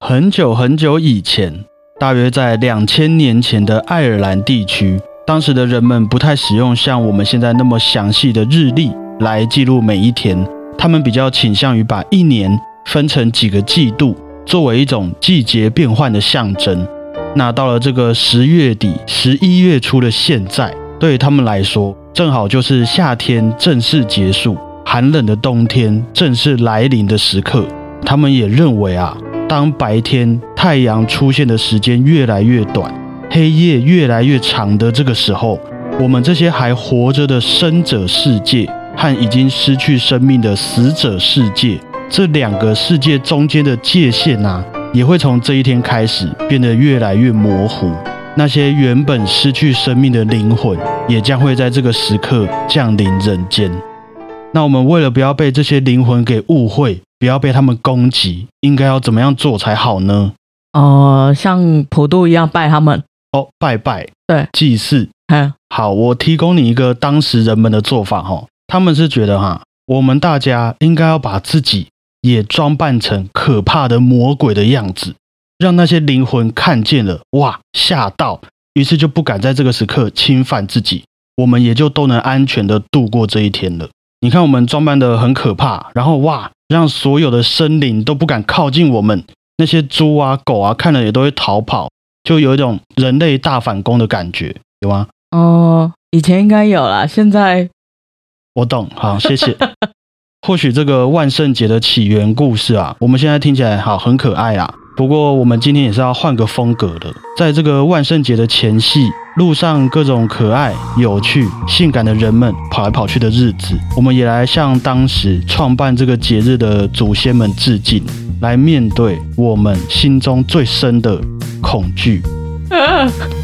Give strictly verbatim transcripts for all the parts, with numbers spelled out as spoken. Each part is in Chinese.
很久很久以前，大约在两千年前的爱尔兰地区，当时的人们不太使用像我们现在那么详细的日历来记录每一天，他们比较倾向于把一年分成几个季度，作为一种季节变换的象征。那到了这个十月底、十一月初的现在，对他们来说，正好就是夏天正式结束，寒冷的冬天正式来临的时刻。他们也认为啊，当白天太阳出现的时间越来越短，黑夜越来越长的这个时候，我们这些还活着的生者世界和已经失去生命的死者世界，这两个世界中间的界限啊，也会从这一天开始变得越来越模糊。那些原本失去生命的灵魂，也将会在这个时刻降临人间。那我们为了不要被这些灵魂给误会，不要被他们攻击，应该要怎么样做才好呢？ 呃，像普渡一样拜他们哦，拜拜， 对， 祭祀。好，我提供你一个当时人们的做法齁，他们是觉得哈，我们大家应该要把自己也装扮成可怕的魔鬼的样子，让那些灵魂看见了，哇，吓到，于是就不敢在这个时刻侵犯自己，我们也就都能安全的度过这一天了。你看我们装扮的很可怕，然后哇，让所有的生灵都不敢靠近我们，那些猪啊狗啊看了也都会逃跑，就有一种人类大反攻的感觉，有吗？ 哦，以前应该有啦，现在我懂，好，谢谢。或许这个万圣节的起源故事啊，我们现在听起来好很可爱啦，不过我们今天也是要换个风格的。在这个万圣节的前夕，路上各种可爱、有趣、性感的人们跑来跑去的日子，我们也来向当时创办这个节日的祖先们致敬，来面对我们心中最深的恐惧。啊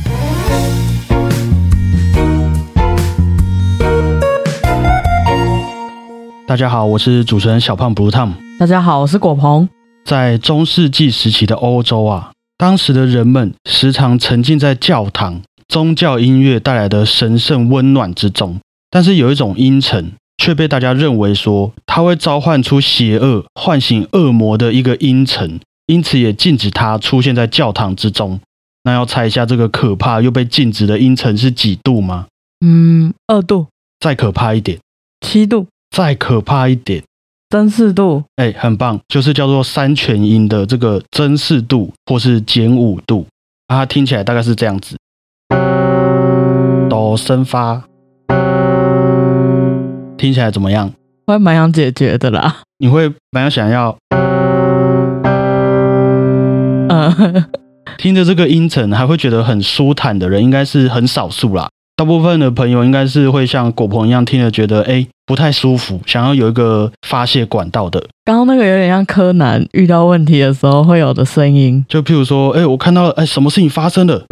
大家好，我是主持人小胖 Blue Tom。 大家好，我是果鹏。 在中世纪时期的欧洲啊，当时的人们时常沉浸在教堂、宗教音乐带来的神圣温暖之中，但是有一种阴沉却被大家认为说它会召唤出邪恶、唤醒恶魔的一个阴沉，因此也禁止它出现在教堂之中。那要猜一下这个可怕又被禁止的阴沉是几度吗？ 嗯，二度。 再可怕一点， 七度。 再可怕一点， 真四度。 哎，很棒，就是叫做三全音的这个真四度或是减五度啊，它听起来大概是这样子，哆升发，听起来怎么样？ 会蛮想解决的啦。 你会蛮想要， 嗯， 听着这个音程还会觉得很舒坦的人，应该是很少数啦。大部分的朋友应该是会像果鹏一样听了觉得哎不太舒服，想要有一个发泄管道的。 刚刚那个有点像柯南遇到问题的时候会有的声音， 就譬如说哎我看到了哎什么事情发生了，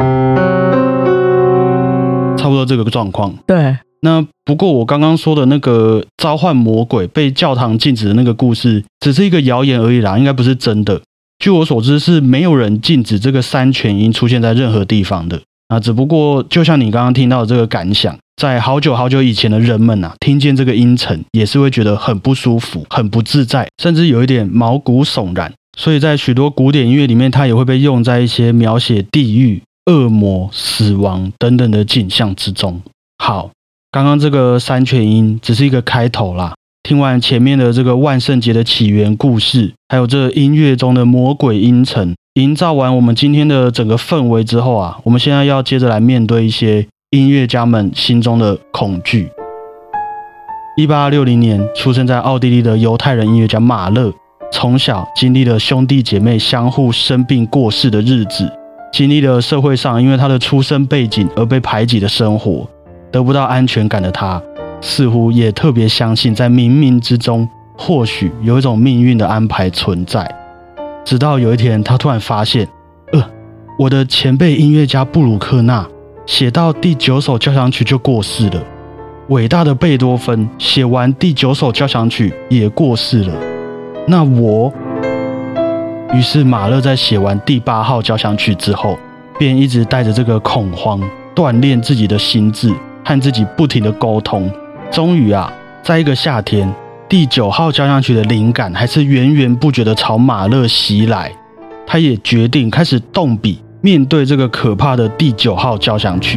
差不多这个状况。 对， 那不过我刚刚说的那个召唤魔鬼被教堂禁止的那个故事只是一个谣言而已啦，应该不是真的。据我所知是没有人禁止这个三全音出现在任何地方的。啊，只不过就像你刚刚听到的这个感想，在好久好久以前的人们啊，听见这个音程也是会觉得很不舒服、很不自在，甚至有一点毛骨悚然。所以在许多古典音乐里面，它也会被用在一些描写地狱、恶魔、死亡等等的景象之中。好，刚刚这个三全音只是一个开头啦。听完前面的这个万圣节的起源故事，还有这音乐中的魔鬼音程，营造完我们今天的整个氛围之后啊，我们现在要接着来面对一些音乐家们心中的恐惧。一八六零年出生在奥地利的犹太人音乐家马勒，从小经历了兄弟姐妹相互生病过世的日子，经历了社会上因为他的出身背景而被排挤的生活，得不到安全感的他，似乎也特别相信在冥冥之中或许有一种命运的安排存在。直到有一天他突然发现呃，我的前辈音乐家布鲁克纳写到第九首交响曲就过世了，伟大的贝多芬写完第九首交响曲也过世了，那我……于是马勒在写完第八号交响曲之后，便一直带着这个恐慌锻炼自己的心智，和自己不停的沟通。终于啊，在一个夏天，第九号交响曲的灵感还是源源不绝的朝马勒袭来。 他也决定开始动笔面对这个可怕的第九号交响曲。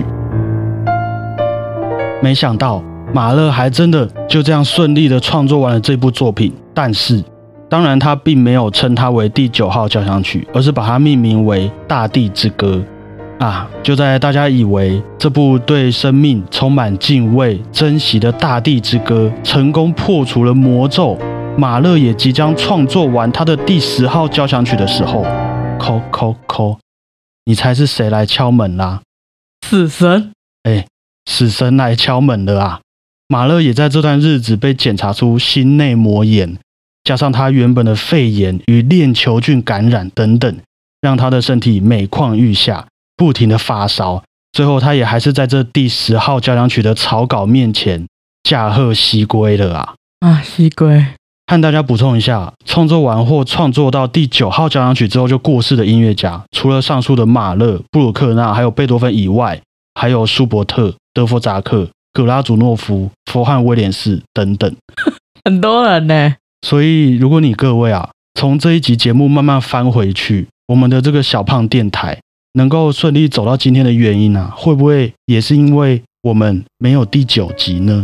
没想到马勒还真的就这样顺利的创作完了这部作品，但是当然他并没有称它为第九号交响曲，而是把它命名为大地之歌啊。就在大家以为这部对生命充满敬畏珍惜的大地之歌成功破除了魔咒，马勒也即将创作完他的第十号交响曲的时候，叩叩叩，你猜是谁来敲门啦？ 死神。 哎，死神来敲门了啊！马勒也在这段日子被检查出心内膜炎，加上他原本的肺炎与链球菌感染等等，让他的身体每况愈下，不停的发烧。最后他也还是在这第十号交响曲的草稿面前驾鹤西归了啊！ 啊，西归。 和大家补充一下，创作完或创作到第九号交响曲之后就过世的音乐家，除了上述的马勒、布鲁克纳还有贝多芬以外，还有舒伯特、德弗扎克、格拉祖诺夫、佛汉威廉士等等， 很多人呢。 所以如果你各位啊，从这一集节目慢慢翻回去，我们的这个小胖电台能够顺利走到今天的原因啊，会不会也是因为我们没有第九集呢？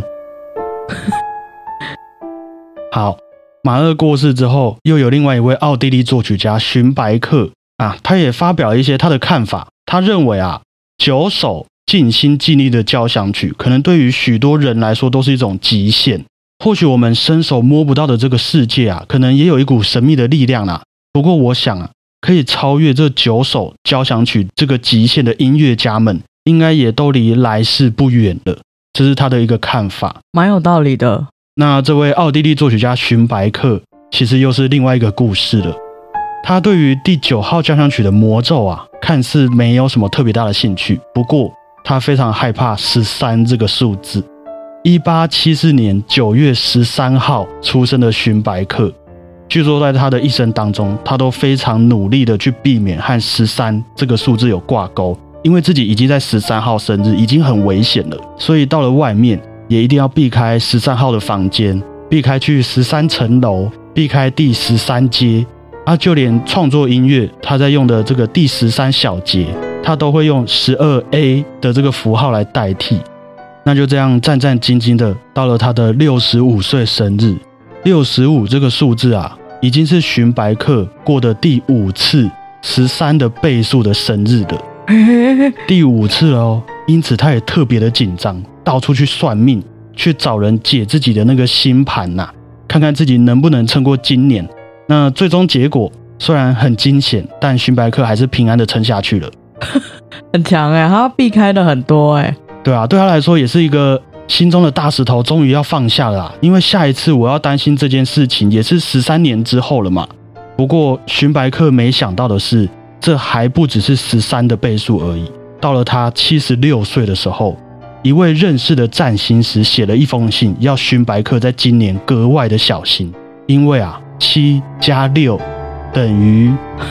好，马勒过世之后，又有另外一位奥地利作曲家荀白克啊，他也发表了一些他的看法。他认为啊，九首尽心尽力的交响曲，可能对于许多人来说都是一种极限。或许我们伸手摸不到的这个世界啊，可能也有一股神秘的力量啊。不过我想啊，可以超越这九首交响曲这个极限的音乐家们，应该也都离来世不远了。这是他的一个看法， 蛮有道理的。 那这位奥地利作曲家荀白克，其实又是另外一个故事了。他对于第九号交响曲的魔咒啊，看似没有什么特别大的兴趣，不过他非常害怕十三这个数字。一八七四年九月十三号出生的荀白克，据说在他的一生当中，他都非常努力的去避免和十三这个数字有挂钩，因为自己已经在十三号生日，已经很危险了，所以到了外面也一定要避开十三号的房间，避开去十三层楼，避开第十三街啊，就连创作音乐他在用的这个第十三小节，他都会用十二 A 的这个符号来代替。那就这样战战兢兢的到了他的六十五岁生日。六十五这个数字啊，已经是荀白克过的第五次十三的倍数的生日了，第五次了哦。因此他也特别的紧张，到处去算命，去找人解自己的那个星盘啊，看看自己能不能撑过今年。那最终结果虽然很惊险，但荀白克还是平安的撑下去了。 很强耶，他避开的很多耶。 对啊，对他来说也是一个心中的大石头终于要放下了啦，因为下一次我要担心这件事情也是十三年之后了嘛。不过荀白克没想到的是，这还不只是十三的倍数而已。到了他七十六岁的时候，一位认识的占星师写了一封信，要荀白克在今年格外的小心，因为啊，七加六等于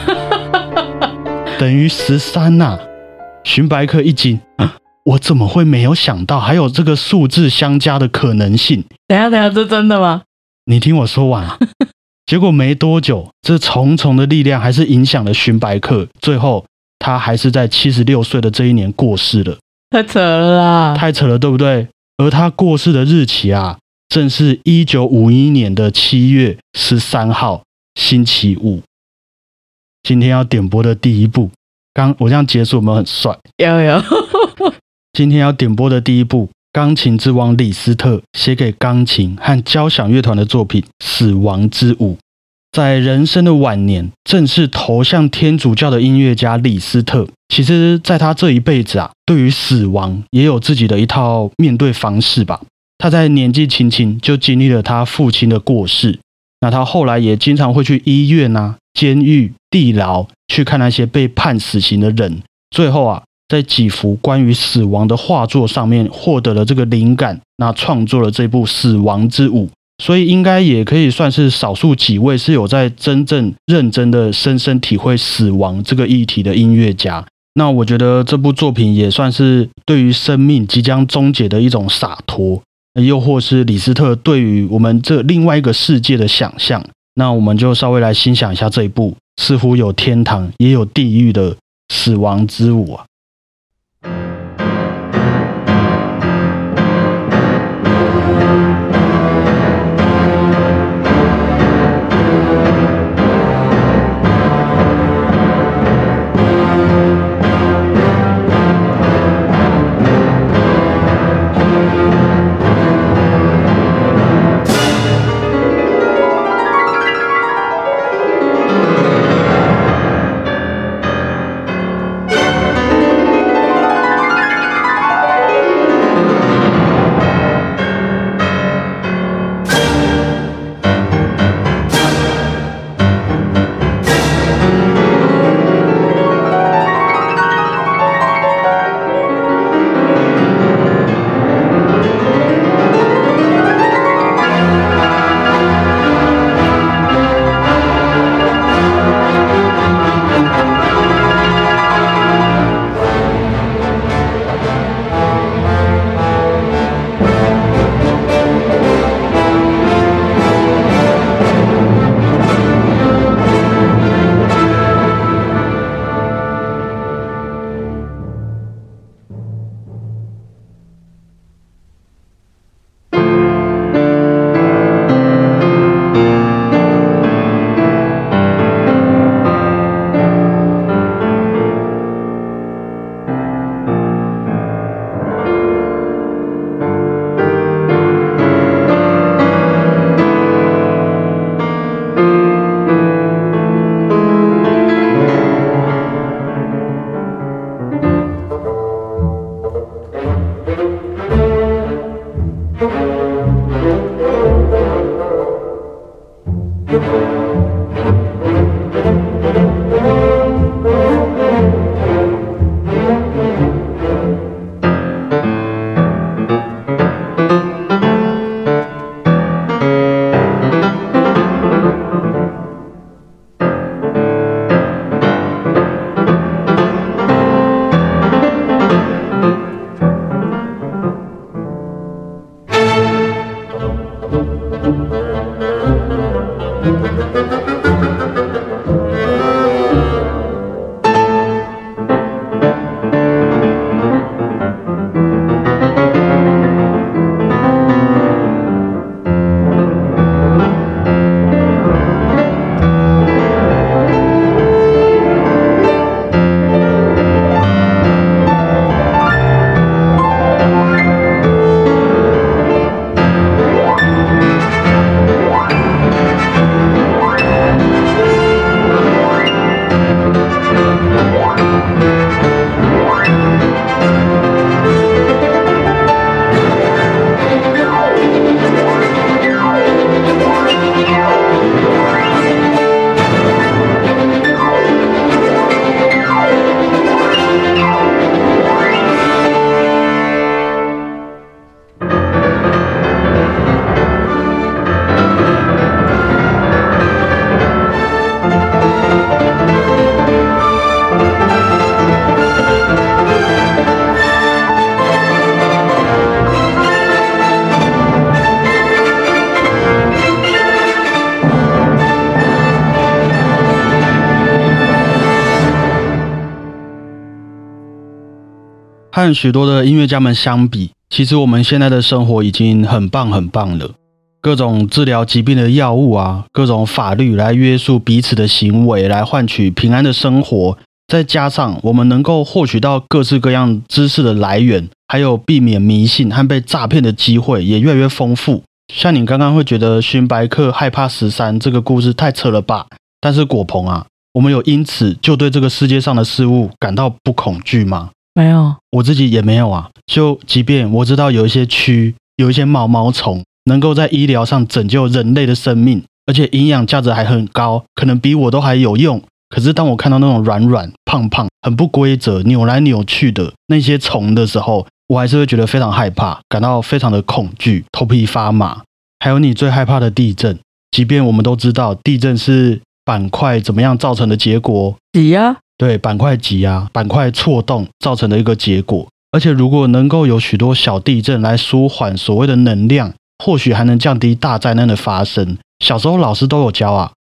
等于十三呐。荀白克一惊，我怎么会没有想到还有这个数字相加的可能性？ 等一下等一下，这真的吗？ 你听我说完啊。结果没多久，这重重的力量还是影响了荀白克，最后他还是在七十六岁的这一年过世了。 太扯了啦！ 太扯了，对不对？而他过世的日期啊，正是一九五一年的七月十三号，星期五。今天要点播的第一部，刚我这样结束有没有很帅？ 有有。 今天要点播的第一部，钢琴之王李斯特写给钢琴和交响乐团的作品《死亡之舞》。在人生的晚年，正式投向天主教的音乐家李斯特，其实在他这一辈子啊，对于死亡也有自己的一套面对方式吧。他在年纪轻轻就经历了他父亲的过世，那他后来也经常会去医院啊、监狱、地牢去看那些被判死刑的人，最后啊，在几幅关于死亡的画作上面获得了这个灵感，那创作了这部《死亡之舞》。所以应该也可以算是少数几位是有在真正认真的深深体会死亡这个议题的音乐家。那我觉得这部作品也算是对于生命即将终结的一种洒脱，又或是李斯特对于我们这另外一个世界的想象。那我们就稍微来欣赏一下这一部似乎有天堂也有地狱的死亡之舞啊。 和许多的音乐家们相比，其实我们现在的生活已经很棒很棒了。各种治疗疾病的药物啊，各种法律来约束彼此的行为，来换取平安的生活，再加上我们能够获取到各式各样知识的来源，还有避免迷信和被诈骗的机会也越来越丰富。像你刚刚会觉得寻白客害怕十三这个故事太扯了吧，但是果鹏啊，我们有因此就对这个世界上的事物感到不恐惧吗？ 没有， 我自己也没有啊。就即便我知道有一些蛆，有一些毛毛虫能够在医疗上拯救人类的生命，而且营养价值还很高，可能比我都还有用。可是当我看到那种软软胖胖很不规则扭来扭去的那些虫的时候，我还是会觉得非常害怕，感到非常的恐惧，头皮发麻。还有你最害怕的地震，即便我们都知道地震是板块怎么样造成的结果， 挤啊， 对，板块挤啊，板块错动造成的一个结果。而且如果能够有许多小地震来舒缓所谓的能量，或许还能降低大灾难的发生。小时候老师都有教啊，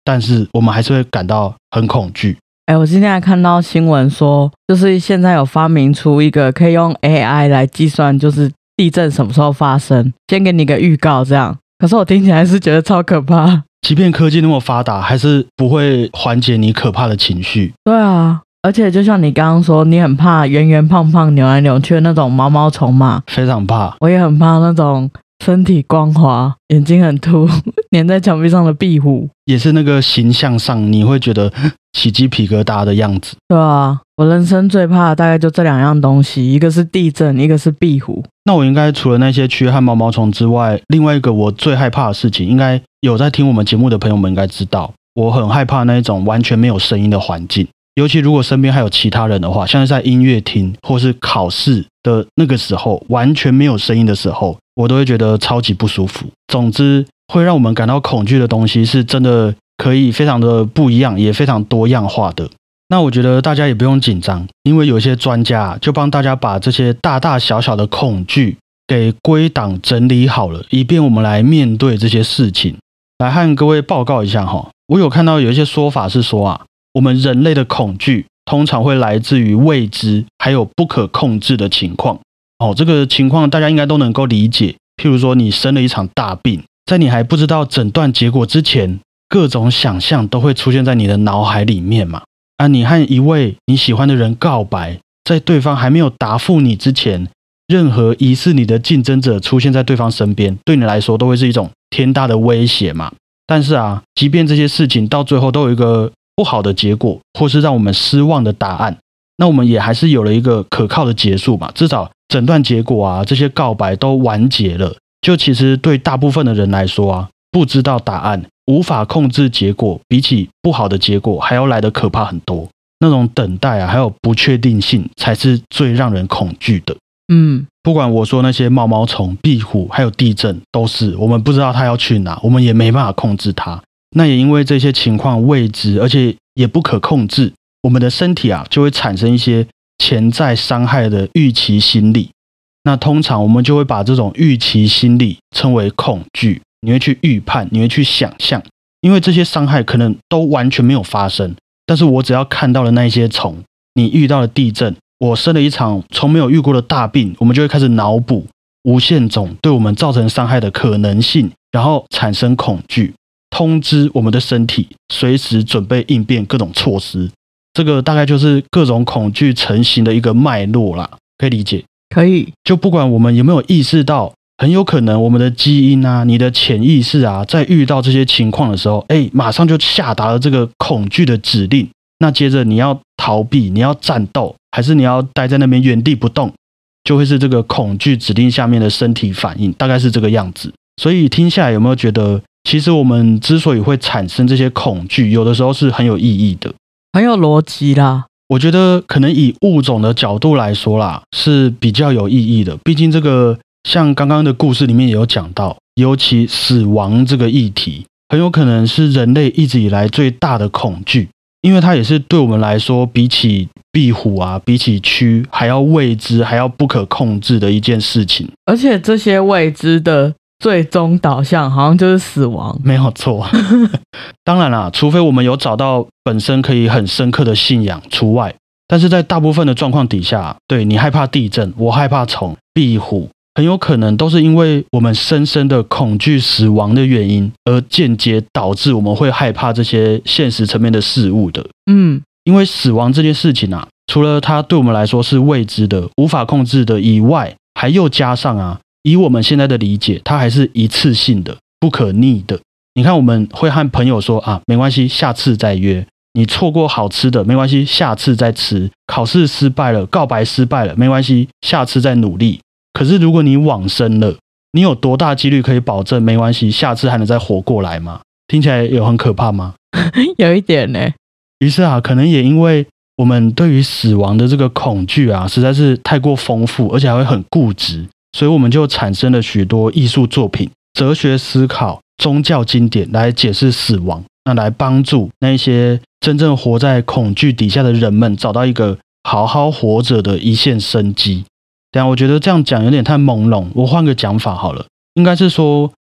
但是我们还是会感到很恐惧。 哎，我今天还看到新闻说，就是现在有发明出一个可以用 A I 来计算，就是地震什么时候发生，先给你个预告这样。可是我听起来是觉得超可怕。 即便科技那么发达，还是不会缓解你可怕的情绪。 对啊，而且就像你刚刚说，你很怕圆圆胖胖扭来扭去的那种毛毛虫嘛， 非常怕。 我也很怕那种身体光滑、眼睛很凸、粘在墙壁上的壁虎， 也是那个形象上你会觉得起鸡皮疙瘩的样子。 对啊，我人生最怕的大概就这两样东西，一个是地震，一个是壁虎。 那我应该除了那些蛆和毛毛虫之外，另外一个我最害怕的事情，应该有在听我们节目的朋友们应该知道，我很害怕那一种完全没有声音的环境。尤其如果身边还有其他人的话，像是在音乐厅或是考试的那个时候，完全没有声音的时候，我都会觉得超级不舒服。总之，会让我们感到恐惧的东西是真的可以非常的不一样，也非常多样化的。那我觉得大家也不用紧张，因为有些专家就帮大家把这些大大小小的恐惧给归档整理好了，以便我们来面对这些事情。来和各位报告一下哈，我有看到有一些说法是说啊，我们人类的恐惧通常会来自于未知还有不可控制的情况。哦，这个情况大家应该都能够理解。譬如说你生了一场大病，在你还不知道诊断结果之前，各种想象都会出现在你的脑海里面嘛。啊，你和一位你喜欢的人告白，在对方还没有答复你之前，任何疑似你的竞争者出现在对方身边，对你来说都会是一种天大的威胁嘛。但是啊，即便这些事情到最后都有一个不好的结果，或是让我们失望的答案，那我们也还是有了一个可靠的结束嘛。至少诊断结果啊，这些告白都完结了。就其实对大部分的人来说啊，不知道答案，无法控制结果，比起不好的结果还要来得可怕很多。那种等待啊，还有不确定性，才是最让人恐惧的。 嗯， 不管我说那些毛毛虫、壁虎，还有地震，都是我们不知道它要去哪，我们也没办法控制它。那也因为这些情况未知，而且也不可控制，我们的身体啊就会产生一些潜在伤害的预期心理。那通常我们就会把这种预期心理称为恐惧，你会去预判，你会去想象，因为这些伤害可能都完全没有发生，但是我只要看到了那些虫，你遇到了地震，我生了一场从没有遇过的大病，我们就会开始脑补无限种对我们造成伤害的可能性，然后产生恐惧，通知我们的身体随时准备应变各种措施。这个大概就是各种恐惧成型的一个脉络啦，可以理解？ 可以。 就不管我们有没有意识到，很有可能我们的基因啊，你的潜意识啊，在遇到这些情况的时候，哎，马上就下达了这个恐惧的指令。那接着你要逃避，你要战斗，还是你要待在那边原地不动，就会是这个恐惧指令下面的身体反应，大概是这个样子。所以听下来有没有觉得，其实我们之所以会产生这些恐惧，有的时候是很有意义的， 很有逻辑啦。 我觉得可能以物种的角度来说啦，是比较有意义的。毕竟这个像刚刚的故事里面也有讲到，尤其死亡这个议题，很有可能是人类一直以来最大的恐惧，因为它也是对我们来说，比起壁虎啊，比起蛆还要未知，还要不可控制的一件事情。 而且这些未知的最终导向好像就是死亡。 没有错。当然啦，除非我们有找到本身可以很深刻的信仰除外，但是在大部分的状况底下，对，你害怕地震，我害怕虫、壁虎，很有可能都是因为我们深深的恐惧死亡的原因，而间接导致我们会害怕这些现实层面的事物的。 嗯， 因为死亡这件事情啊，除了它对我们来说是未知的、无法控制的以外，还又加上啊，以我们现在的理解，它还是一次性的、不可逆的。你看，我们会和朋友说啊，没关系，下次再约。你错过好吃的，没关系，下次再吃。考试失败了，告白失败了，没关系，下次再努力。可是如果你往生了，你有多大几率可以保证没关系，下次还能再活过来吗？听起来有很可怕吗？ 有一点呢。 于是啊，可能也因为我们对于死亡的这个恐惧啊，实在是太过丰富，而且还会很固执，所以我们就产生了许多艺术作品、哲学思考、宗教经典来解释死亡，那来帮助那些真正活在恐惧底下的人们找到一个好好活着的一线生机。但我觉得这样讲有点太朦胧，我换个讲法好了，应该是说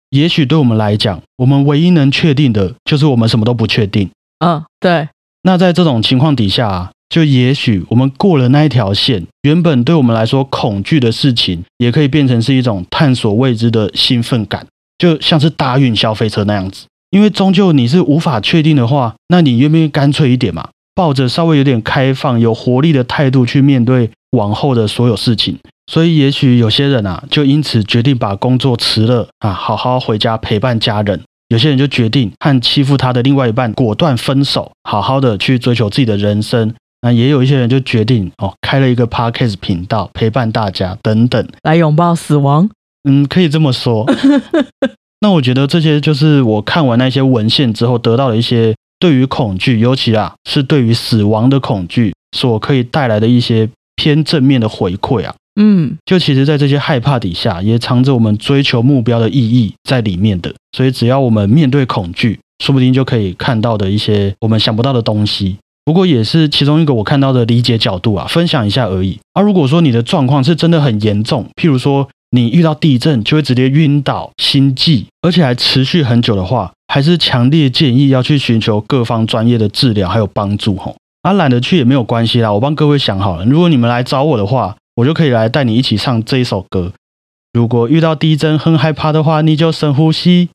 也许对我们来讲，我们唯一能确定的就是我们什么都不确定。 嗯，对。 那在这种情况底下啊，就也许我们过了那一条线，原本对我们来说恐惧的事情，也可以变成是一种探索未知的兴奋感，就像是搭云霄飞车那样子。因为终究你是无法确定的话，那你愿不愿意干脆一点嘛，抱着稍微有点开放、有活力的态度去面对往后的所有事情。所以也许有些人啊，就因此决定把工作辞了啊，好好回家陪伴家人。有些人就决定和欺负他的另外一半果断分手，好好的去追求自己的人生。那也有一些人就决定哦，开了一个 podcast 频道陪伴大家等等， 来拥抱死亡。 嗯，可以这么说。那我觉得这些就是我看完那些文献之后得到的一些对于恐惧，尤其啊是对于死亡的恐惧所可以带来的一些偏正面的回馈啊。嗯，就其实在这些害怕底下也藏着我们追求目标的意义在里面的，所以只要我们面对恐惧，说不定就可以看到的一些我们想不到的东西。不过也是其中一个我看到的理解角度啊，分享一下而已啊。如果说你的状况是真的很严重，譬如说你遇到地震就会直接晕倒、心悸，而且还持续很久的话，还是强烈建议要去寻求各方专业的治疗还有帮助吼。啊，懒得去也没有关系啦，我帮各位想好了，如果你们来找我的话，我就可以来带你一起唱这一首歌。如果遇到地震很害怕的话，你就深呼吸。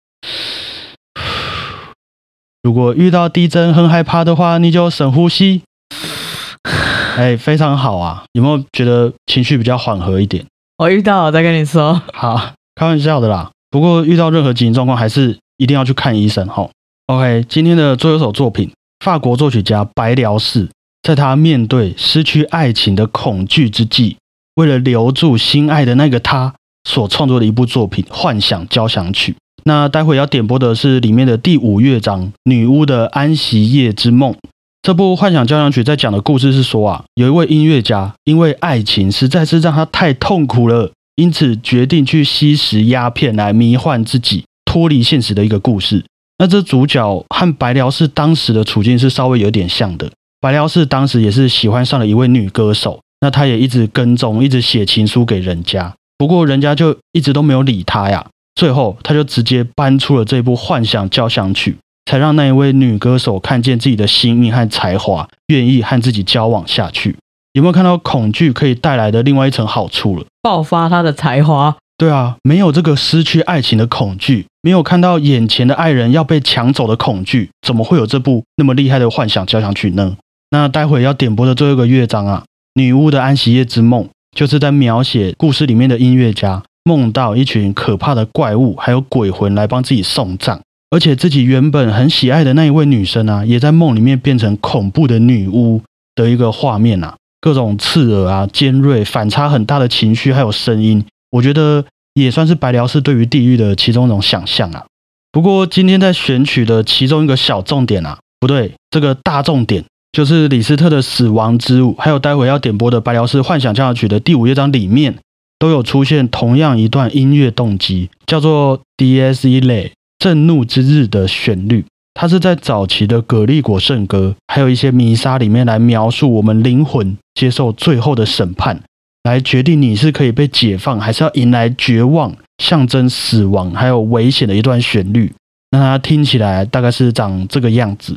如果遇到地震很害怕的话，你就深呼吸。哎，非常好啊！有没有觉得情绪比较缓和一点？ 我遇到我再跟你说。 好，开玩笑的啦。不过遇到任何紧急状况，还是一定要去看医生吼。OK， 今天的最后一首作品，法国作曲家白辽士，在他面对失去爱情的恐惧之际，为了留住心爱的那个他所创作的一部作品《幻想交响曲》。那待会要点播的是里面的第五乐章《女巫的安息夜之梦》。这部幻想交响曲在讲的故事是说啊，有一位音乐家因为爱情实在是让他太痛苦了，因此决定去吸食鸦片来迷幻自己，脱离现实的一个故事。那这主角和白辽士当时的处境是稍微有点像的。白辽士当时也是喜欢上了一位女歌手，那他也一直跟踪，一直写情书给人家，不过人家就一直都没有理他呀。最后他就直接搬出了这部幻想交响曲，才让那一位女歌手看见自己的心意和才华，愿意和自己交往下去。有没有看到恐惧可以带来的另外一层好处了？ 爆发他的才华。 对啊，没有这个失去爱情的恐惧，没有看到眼前的爱人要被抢走的恐惧，怎么会有这部那么厉害的幻想交响曲呢？那待会要点播的最后一个乐章啊，女巫的安息夜之梦，就是在描写故事里面的音乐家梦到一群可怕的怪物还有鬼魂来帮自己送葬，而且自己原本很喜爱的那一位女生啊，也在梦里面变成恐怖的女巫的一个画面啊，各种刺耳啊、尖锐、反差很大的情绪还有声音，我觉得也算是白辽士对于地狱的其中一种想象啊。不过今天在选曲的其中一个小重点啊，不对，这个大重点就是李斯特的死亡之舞，还有待会要点播的白辽士幻想交响曲的第五乐章里面，都有出现同样一段音乐动机，叫做 Dies Irae 震怒之日的旋律。它是在早期的葛利果圣歌还有一些弥撒里面来描述我们灵魂接受最后的审判，来决定你是可以被解放还是要迎来绝望，象征死亡还有危险的一段旋律。那它听起来大概是长这个样子。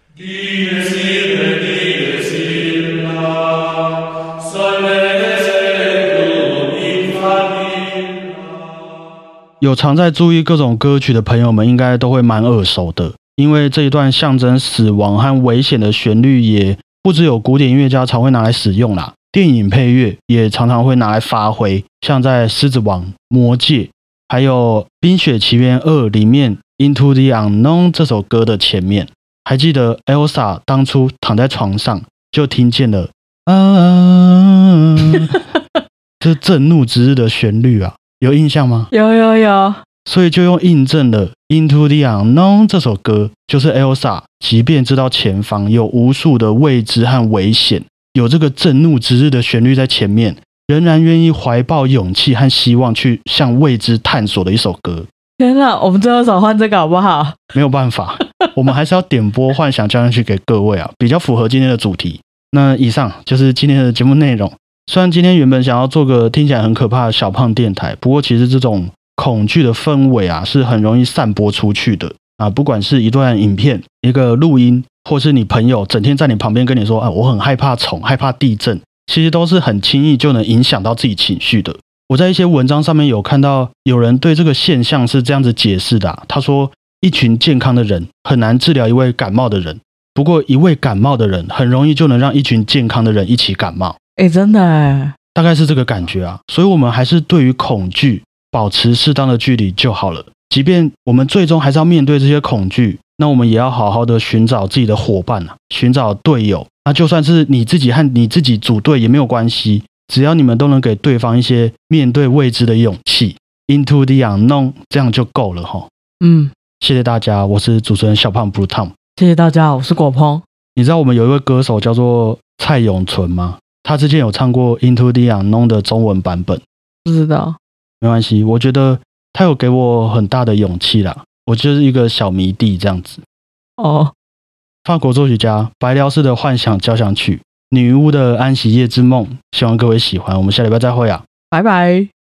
有常在注意各种歌曲的朋友们应该都会蛮耳熟的，因为这一段象征死亡和危险的旋律也不只有古典音乐家常会拿来使用啦，电影配乐也常常会拿来发挥，像在《狮子王》、《魔戒》还有《冰雪奇缘二》里面 Into the Unknown 这首歌的前面，还记得 Elsa 当初躺在床上就听见了啊这震怒之日的旋律啊，有印象吗？ 有有有。 所以就用印证了 Into the Unknown 这首歌，就是 Elsa 即便知道前方有无数的未知和危险，有这个震怒之日的旋律在前面，仍然愿意怀抱勇气和希望去向未知探索的一首歌。 天哪，我们最后手换这个好不好？ 没有办法，我们还是要点播幻想交响曲给各位啊，比较符合今天的主题。那以上就是今天的节目内容。虽然今天原本想要做个听起来很可怕的小胖电台，不过其实这种恐惧的氛围啊，是很容易散播出去的啊。不管是一段影片、一个录音，或是你朋友整天在你旁边跟你说啊，我很害怕虫、害怕地震，其实都是很轻易就能影响到自己情绪的。我在一些文章上面有看到有人对这个现象是这样子解释的啊，他说一群健康的人很难治疗一位感冒的人，不过一位感冒的人很容易就能让一群健康的人一起感冒。 诶，真的耶， 大概是这个感觉啊。所以我们还是对于恐惧保持适当的距离就好了。即便我们最终还是要面对这些恐惧，那我们也要好好的寻找自己的伙伴啊，寻找队友。那就算是你自己和你自己组队也没有关系，只要你们都能给对方一些面对未知的勇气 ，into the unknown， 这样就够了齁。 嗯， 谢谢大家，我是主持人小胖 Blue Tom。 谢谢大家，我是果鹏。 你知道我们有一位歌手叫做蔡永纯吗？他之前有唱过 Into the Unknown 的中文版本。 不知道， 没关系，我觉得他有给我很大的勇气啦。我就是一个小迷弟这样子。 哦， 法国作曲家白辽士的幻想交响曲，女巫的安息夜之梦，希望各位喜欢。我们下礼拜再会啊， 拜拜。